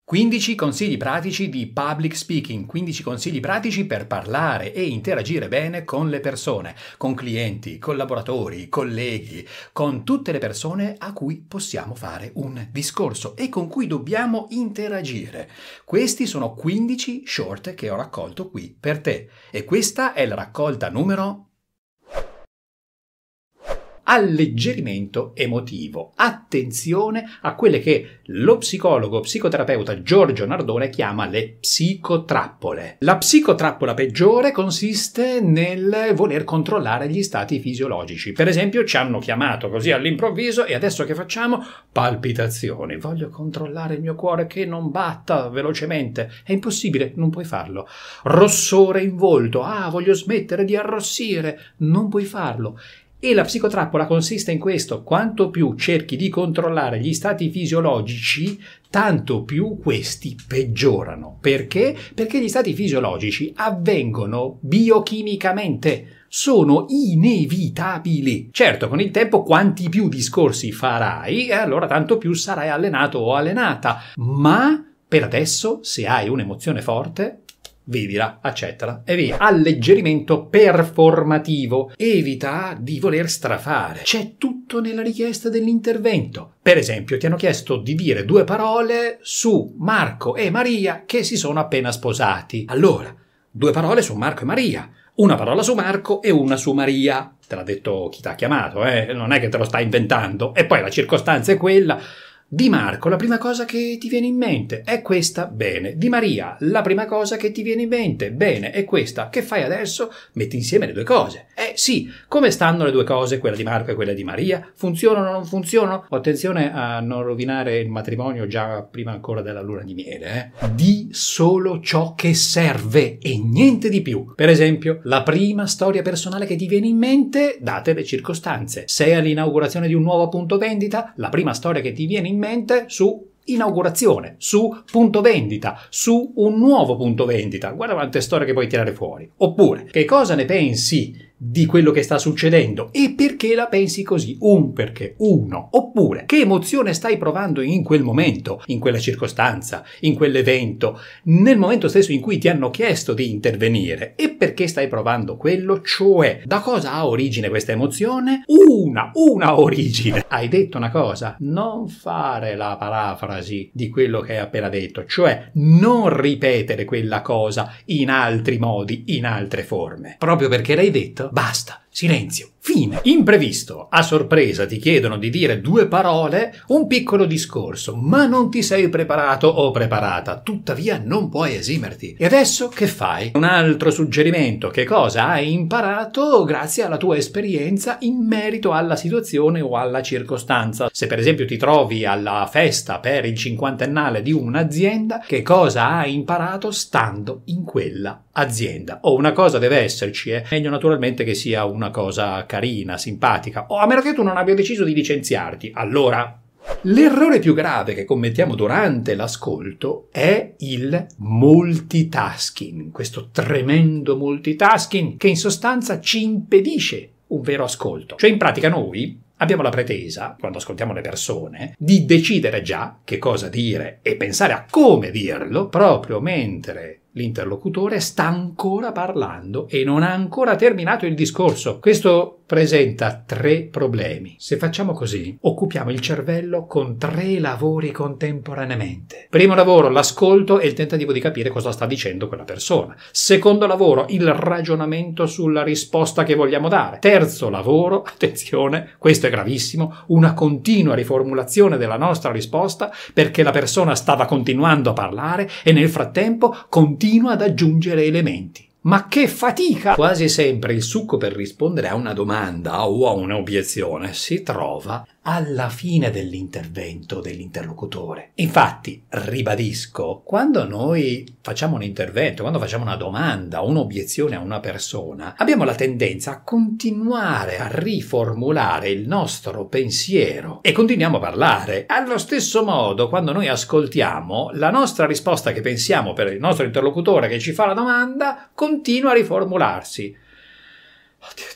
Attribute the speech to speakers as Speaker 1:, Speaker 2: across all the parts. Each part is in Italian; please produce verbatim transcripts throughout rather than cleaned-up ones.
Speaker 1: quindici consigli pratici di public speaking, quindici consigli pratici per parlare e interagire bene con le persone, con clienti, collaboratori, colleghi, con tutte le persone a cui possiamo fare un discorso e con cui dobbiamo interagire. Questi sono quindici short che ho raccolto qui per te e questa è la raccolta numero alleggerimento emotivo. Attenzione a quelle che lo psicologo, psicoterapeuta Giorgio Nardone chiama le psicotrappole. La psicotrappola peggiore consiste nel voler controllare gli stati fisiologici. Per esempio, ci hanno chiamato così all'improvviso e adesso che facciamo? Palpitazioni. Voglio controllare il mio cuore che non batta velocemente. È impossibile, non puoi farlo. Rossore in volto. Ah, voglio smettere di arrossire. Non puoi farlo. E la psicotrappola consiste in questo: quanto più cerchi di controllare gli stati fisiologici, tanto più questi peggiorano. Perché? Perché gli stati fisiologici avvengono biochimicamente, sono inevitabili. Certo, con il tempo quanti più discorsi farai, allora tanto più sarai allenato o allenata, ma per adesso, se hai un'emozione forte, vivila, accettala e via. Alleggerimento performativo. Evita di voler strafare. C'è tutto nella richiesta dell'intervento. Per esempio, ti hanno chiesto di dire due parole su Marco e Maria che si sono appena sposati. Allora, due parole su Marco e Maria. Una parola su Marco e una su Maria. Te l'ha detto chi ti ha chiamato, eh? Non è che te lo stai inventando. E poi la circostanza è quella. Di Marco, la prima cosa che ti viene in mente è questa, bene. Di Maria, la prima cosa che ti viene in mente, bene, è questa. Che fai adesso? Metti insieme le due cose. Eh sì, come stanno le due cose, quella di Marco e quella di Maria? Funzionano o non funzionano? Attenzione a non rovinare il matrimonio già prima ancora della luna di miele, eh? Di solo ciò che serve e niente di più. Per esempio, la prima storia personale che ti viene in mente, date le circostanze. Sei all'inaugurazione di un nuovo punto vendita, la prima storia che ti viene in mente su inaugurazione, su punto vendita, su un nuovo punto vendita. Guarda quante storie che puoi tirare fuori. Oppure, che cosa ne pensi di quello che sta succedendo e perché la pensi così? Un perché, uno. Oppure, che emozione stai provando in quel momento, in quella circostanza, in quell'evento, nel momento stesso in cui ti hanno chiesto di intervenire e perché stai provando quello? Cioè, da cosa ha origine questa emozione? Una, una origine. Hai detto una cosa? Non fare la parafrasi di quello che hai appena detto, cioè non ripetere quella cosa in altri modi, in altre forme. Proprio perché l'hai detto? Basta, silenzio, fine. Imprevisto, a sorpresa ti chiedono di dire due parole, un piccolo discorso, ma non ti sei preparato o preparata, tuttavia non puoi esimerti. E adesso che fai? Un altro suggerimento: che cosa hai imparato grazie alla tua esperienza in merito alla situazione o alla circostanza? Se per esempio ti trovi alla festa per il cinquantennale di un'azienda, che cosa hai imparato stando in quella azienda? O una cosa deve esserci, è meglio naturalmente che sia una cosa carina, simpatica, o a meno che tu non abbia deciso di licenziarti, allora. L'errore più grave che commettiamo durante l'ascolto è il multitasking, questo tremendo multitasking che in sostanza ci impedisce un vero ascolto. Cioè in pratica noi abbiamo la pretesa, quando ascoltiamo le persone, di decidere già che cosa dire e pensare a come dirlo, proprio mentre l'interlocutore sta ancora parlando e non ha ancora terminato il discorso. Questo presenta tre problemi. Se facciamo così, occupiamo il cervello con tre lavori contemporaneamente. Primo lavoro, l'ascolto e il tentativo di capire cosa sta dicendo quella persona. Secondo lavoro, il ragionamento sulla risposta che vogliamo dare. Terzo lavoro, attenzione, questo è gravissimo, una continua riformulazione della nostra risposta perché la persona stava continuando a parlare e nel frattempo continua ad aggiungere elementi. Ma che fatica! Quasi sempre il succo per rispondere a una domanda o a un'obiezione si trova alla fine dell'intervento dell'interlocutore. Infatti, ribadisco, quando noi facciamo un intervento, quando facciamo una domanda o un'obiezione a una persona, abbiamo la tendenza a continuare a riformulare il nostro pensiero e continuiamo a parlare. Allo stesso modo, quando noi ascoltiamo, la nostra risposta che pensiamo per il nostro interlocutore che ci fa la domanda continua a riformularsi. Oddio,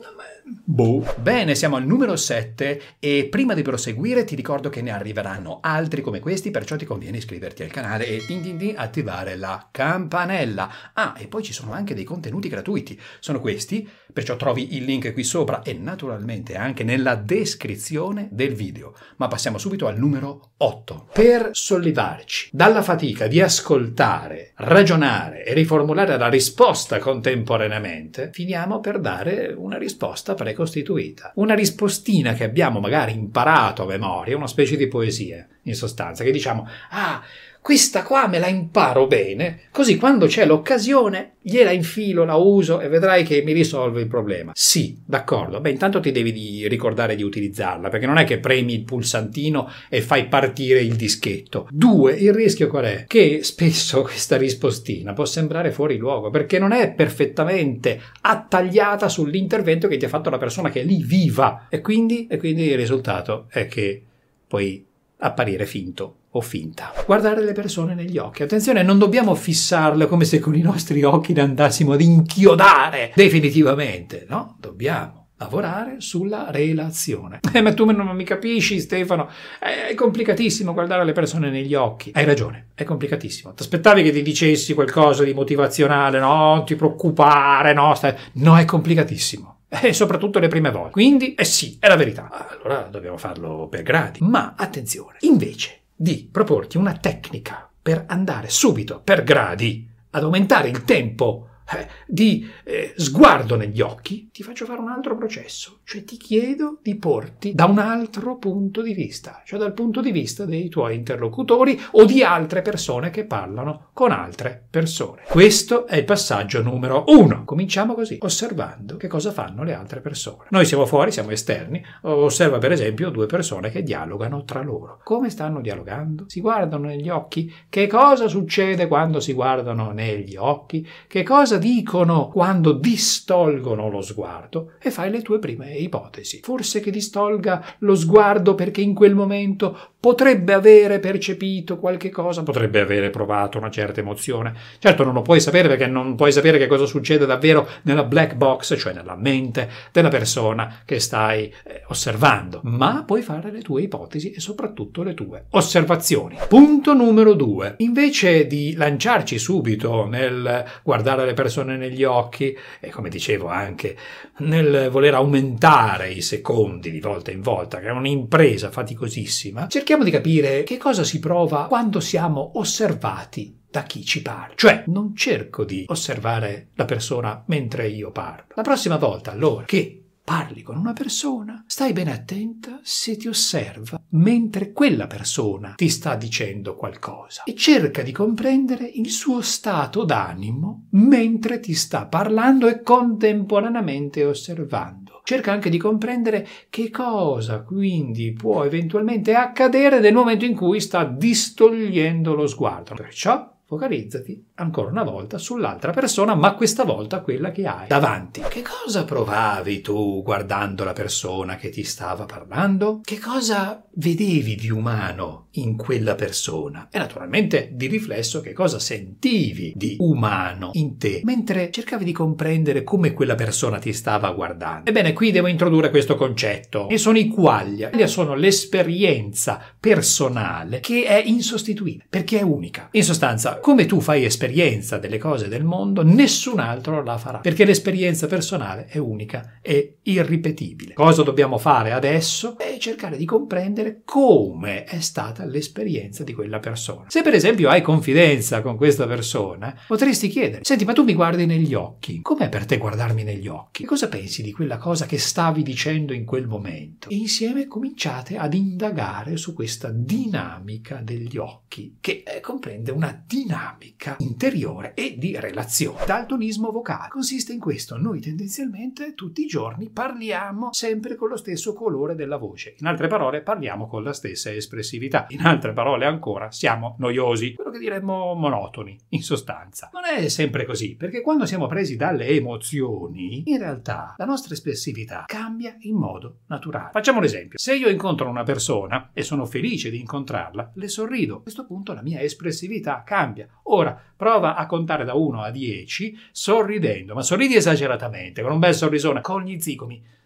Speaker 1: Boh. Bene, siamo al numero sette e prima di proseguire ti ricordo che ne arriveranno altri come questi, perciò ti conviene iscriverti al canale e din din din attivare la campanella. Ah, e poi ci sono anche dei contenuti gratuiti. Sono questi, perciò trovi il link qui sopra e naturalmente anche nella descrizione del video. Ma passiamo subito al numero otto. Per sollevarci dalla fatica di ascoltare, ragionare e riformulare la risposta contemporaneamente, finiamo per dare una risposta precostituita. Una rispostina che abbiamo magari imparato a memoria, una specie di poesia, in sostanza, che diciamo, ah, questa qua me la imparo bene, così quando c'è l'occasione gliela infilo, la uso e vedrai che mi risolve il problema. Sì, d'accordo, beh intanto ti devi di ricordare di utilizzarla, perché non è che premi il pulsantino e fai partire il dischetto. Due, il rischio qual è? Che spesso questa rispostina può sembrare fuori luogo, perché non è perfettamente attagliata sull'intervento che ti ha fatto la persona che è lì viva, e quindi, e quindi il risultato è che puoi apparire finto o finta. Guardare le persone negli occhi. Attenzione, non dobbiamo fissarle come se con i nostri occhi le andassimo ad inchiodare definitivamente, no? Dobbiamo lavorare sulla relazione. Eh, ma tu non mi capisci, Stefano? È complicatissimo guardare le persone negli occhi. Hai ragione, è complicatissimo. Ti aspettavi che ti dicessi qualcosa di motivazionale? No, non ti preoccupare, no, stai... no, è complicatissimo. E soprattutto le prime volte. Quindi, eh sì, è la verità. Allora dobbiamo farlo per gradi. Ma attenzione, invece di proporti una tecnica per andare subito, per gradi, ad aumentare il tempo eh, di eh, sguardo negli occhi, ti faccio fare un altro processo. Cioè ti chiedo di porti da un altro punto di vista, cioè dal punto di vista dei tuoi interlocutori o di altre persone che parlano con altre persone. Questo è il passaggio numero uno. Cominciamo così, osservando che cosa fanno le altre persone. Noi siamo fuori, siamo esterni. Osserva per esempio due persone che dialogano tra loro. Come stanno dialogando? Si guardano negli occhi? Che cosa succede quando si guardano negli occhi? Che cosa dicono quando distolgono lo sguardo? E fai le tue prime ipotesi. Forse che distolga lo sguardo perché in quel momento potrebbe avere percepito qualche cosa, potrebbe avere provato una certa emozione. Certo non lo puoi sapere perché non puoi sapere che cosa succede davvero nella black box, cioè nella mente della persona che stai eh, osservando, ma puoi fare le tue ipotesi e soprattutto le tue osservazioni. Punto numero due. Invece di lanciarci subito nel guardare le persone negli occhi e, come dicevo, anche nel voler aumentare i secondi di volta in volta, che è un'impresa faticosissima, cerchiamo di capire che cosa si prova quando siamo osservati da chi ci parla. Cioè, non cerco di osservare la persona mentre io parlo. La prossima volta, allora, che parli con una persona, stai bene attenta se ti osserva mentre quella persona ti sta dicendo qualcosa e cerca di comprendere il suo stato d'animo mentre ti sta parlando e contemporaneamente osservando. Cerca anche di comprendere che cosa quindi può eventualmente accadere nel momento in cui sta distogliendo lo sguardo. Perciò focalizzati ancora una volta sull'altra persona, ma questa volta quella che hai davanti. Che cosa provavi tu guardando la persona che ti stava parlando? Che cosa vedevi di umano in quella persona? E naturalmente di riflesso che cosa sentivi di umano in te mentre cercavi di comprendere come quella persona ti stava guardando. Ebbene, qui devo introdurre questo concetto e sono i quaglia. Quaglia sono l'esperienza personale che è insostituibile perché è unica. In sostanza, come tu fai esperienza delle cose del mondo, nessun altro la farà, perché l'esperienza personale è unica e irripetibile. Cosa dobbiamo fare adesso? È cercare di comprendere come è stata l'esperienza di quella persona. Se per esempio hai confidenza con questa persona, potresti chiedere: senti, ma tu mi guardi negli occhi? Com'è per te guardarmi negli occhi? Che cosa pensi di quella cosa che stavi dicendo in quel momento? E insieme cominciate ad indagare su questa dinamica degli occhi, che eh, comprende una dinamica interiore e di relazione. Daltonismo vocale consiste in questo: noi tendenzialmente tutti i giorni parliamo sempre con lo stesso colore della voce. In altre parole, parliamo con la stessa espressività. In altre parole ancora, siamo noiosi, quello che diremmo monotoni, in sostanza. Non è sempre così, perché quando siamo presi dalle emozioni, in realtà la nostra espressività cambia in modo naturale. Facciamo un esempio: se io incontro una persona e sono felice di incontrarla, le sorrido. A questo punto la mia espressività cambia. Ora, prova a contare da uno a dieci sorridendo, ma sorridi esageratamente, con un bel sorrisone, con gli zigomi.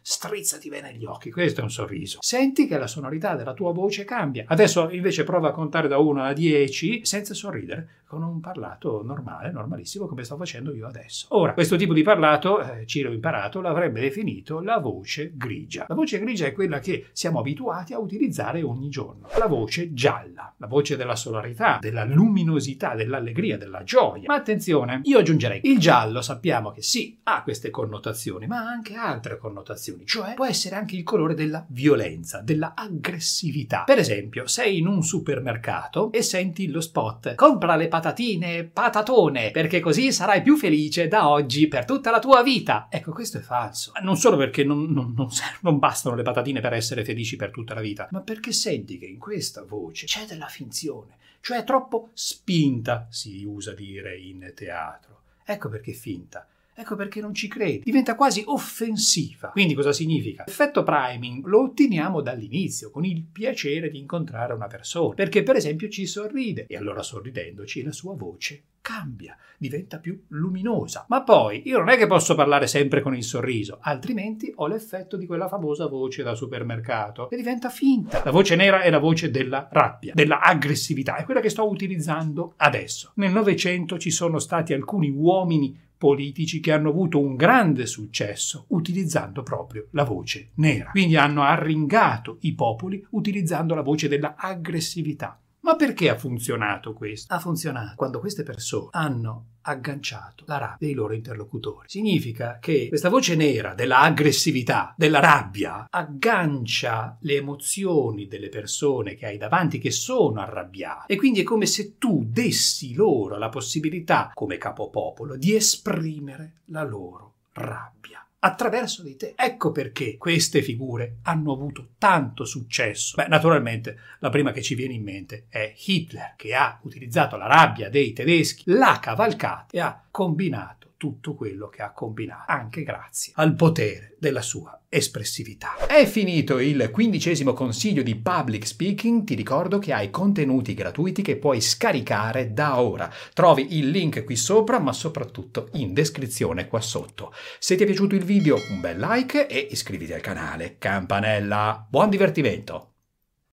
Speaker 1: strizzati bene gli occhi, questo è un sorriso. Senti che la sonorità della tua voce cambia. Adesso invece prova a contare da uno a dieci senza sorridere, con un parlato normale, normalissimo, come sto facendo io adesso. Ora, questo tipo di parlato, eh, Ciro imparato, l'avrebbe definito la voce grigia. La voce grigia è quella che siamo abituati a utilizzare ogni giorno. La voce gialla, la voce della solarità, della luminosità, dell'allegria, della gioia. Ma attenzione, io aggiungerei, il giallo sappiamo che sì, ha queste connotazioni, ma ha anche altre connotazioni, cioè può essere anche il colore della violenza, della aggressività. Per esempio, sei in un supermercato e senti lo spot: compra le patatine patatone, perché così sarai più felice da oggi per tutta la tua vita. Ecco, questo è falso. Non solo perché non, non, non, non bastano le patatine per essere felici per tutta la vita, ma perché senti che in questa voce c'è della finzione, cioè troppo spinta, si usa dire in teatro. Ecco perché è finta. Ecco perché non ci credi. Diventa quasi offensiva. Quindi cosa significa? L'effetto priming lo otteniamo dall'inizio, con il piacere di incontrare una persona, perché per esempio ci sorride e allora sorridendoci la sua voce cambia, diventa più luminosa. Ma poi io non è che posso parlare sempre con il sorriso, altrimenti ho l'effetto di quella famosa voce da supermercato che diventa finta. La voce nera è la voce della rabbia, della aggressività, è quella che sto utilizzando adesso. Nel Novecento ci sono stati alcuni uomini politici che hanno avuto un grande successo utilizzando proprio la voce nera. Quindi hanno arringato i popoli utilizzando la voce della aggressività. Ma perché ha funzionato questo? Ha funzionato quando queste persone hanno agganciato la rabbia dei loro interlocutori. Significa che questa voce nera della aggressività, della rabbia, aggancia le emozioni delle persone che hai davanti che sono arrabbiate, e quindi è come se tu dessi loro la possibilità, come capopopolo, di esprimere la loro rabbia attraverso di te. Ecco perché queste figure hanno avuto tanto successo. Beh, naturalmente la prima che ci viene in mente è Hitler, che ha utilizzato la rabbia dei tedeschi, l'ha cavalcata e ha combinato tutto quello che ha combinato, anche grazie al potere della sua espressività. È finito il quindicesimo consiglio di public speaking. Ti ricordo che hai contenuti gratuiti che puoi scaricare da ora. Trovi il link qui sopra, ma soprattutto in descrizione qua sotto. Se ti è piaciuto il video, un bel like e iscriviti al canale. Campanella. Buon divertimento!